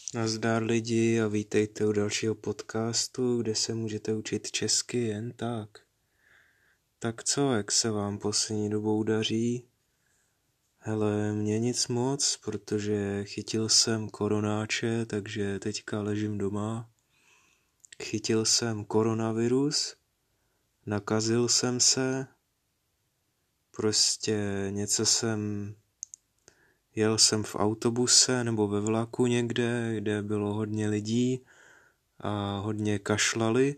Nazdar lidi a vítejte u dalšího podcastu, kde se můžete učit česky jen tak. Tak co, jak se vám poslední dobou daří? Hele, mně nic moc, protože chytil jsem koronáče, takže teďka ležím doma. Chytil jsem koronavirus, nakazil jsem se, prostě jel jsem v autobuse nebo ve vlaku někde, kde bylo hodně lidí a hodně kašlali.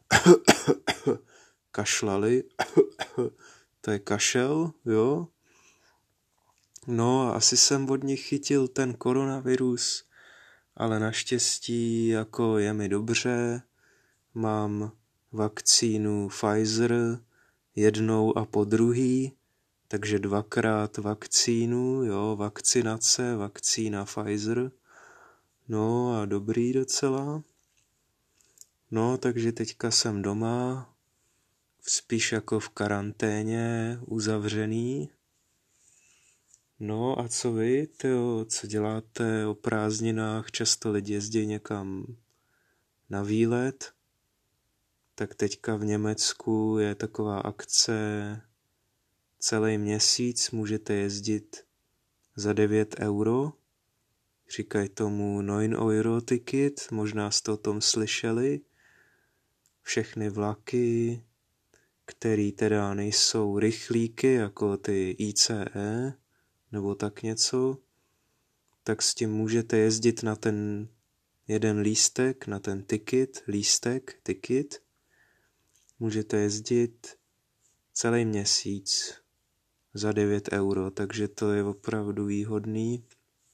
To je kašel, jo. No a asi jsem od nich chytil ten koronavirus, ale naštěstí jako je mi dobře, mám vakcínu Pfizer jednou a po druhý, takže 2x vakcínu, jo, vakcína Pfizer, no a dobrý docela. No, takže teďka jsem doma, spíš jako v karanténě, uzavřený. No a co vy, tyjo, co děláte o prázdninách? Často lidi jezdí někam na výlet. Tak teďka v Německu je taková akce celý měsíc, můžete jezdit za 9 euro. Říkají tomu 9 euro ticket, možná jste o tom slyšeli. Všechny vlaky, který teda nejsou rychlíky, jako ty ICE, nebo tak něco, tak s tím můžete jezdit na ten jeden lístek, na ten ticket. Můžete jezdit celý měsíc za 9 euro, takže to je opravdu výhodný.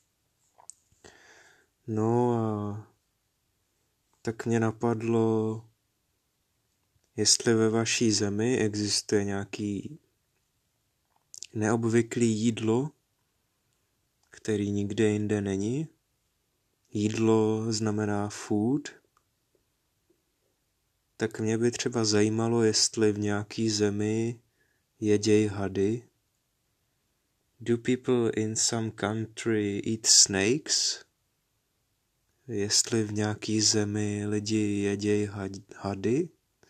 No a tak mě napadlo, jestli ve vaší zemi existuje nějaký neobvyklý jídlo, který nikde jinde není. Jídlo znamená food. Tak mě by třeba zajímalo, jestli v nějaký zemi jeděj hady. Do people in some country eat snakes? Jestli v nějaký zemi lidi jeděj hady?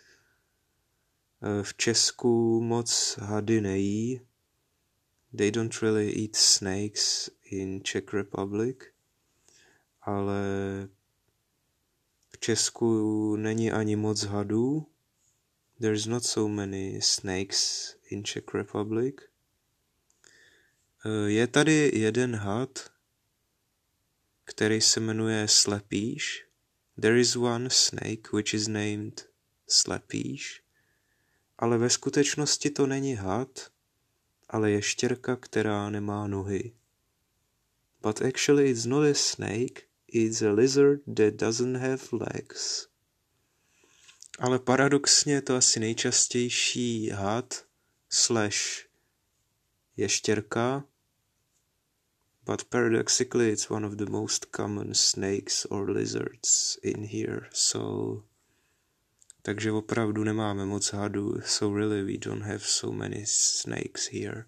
V Česku moc hady nejí. They don't really eat snakes in Czech Republic. Ale v Česku není ani moc hadů. There's not so many snakes in Czech Republic. Je tady jeden had, který se jmenuje slepýš. There is one snake which is named slepýš. Ale ve skutečnosti to není had, ale ještěrka, která nemá nohy. But actually it's not a snake, it's a lizard that doesn't have legs. Ale paradoxně je to asi nejčastější had / ještěrka, but paradoxically it's one of the most common snakes or lizards in here, takže opravdu nemáme moc hadů, so really we don't have so many snakes here.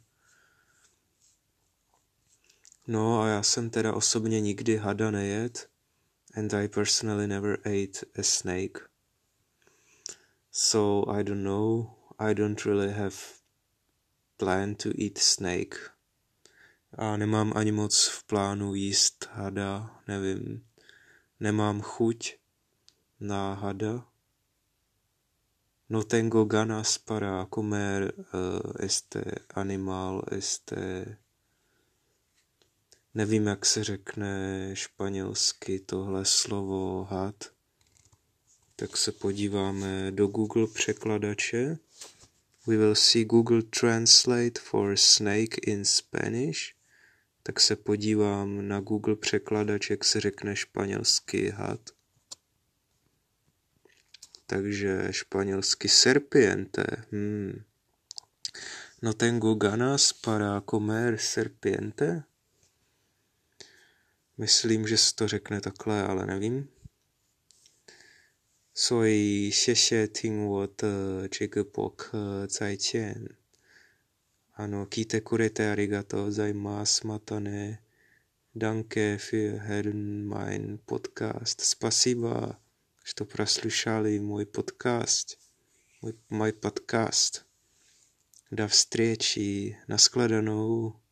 No a já jsem teda osobně nikdy hada nejet, and I personally never ate a snake. So I don't know, I don't really have plan to eat snake. A nemám ani moc v plánu jíst hada, nevím, nemám chuť na hada. No tengo ganas para comer este animal, nevím, jak se řekne španělsky tohle slovo had. Tak se podíváme do Google překladače. We will see Google Translate for snake in Spanish. Tak se podívám na Google překladač, jak se řekne španělsky had. Takže španělsky serpiente. No tengo ganas para comer serpiente. Myslím, že se to řekne takhle, ale nevím. Soy 谢谢听我的这个播客，再见。聞いてくれてありがとうございます。またね。 Danke für hören mein Podcast. Спасибо, что прослушали мой подкаст. Мой подкаст. До встречи. Наскладаnou.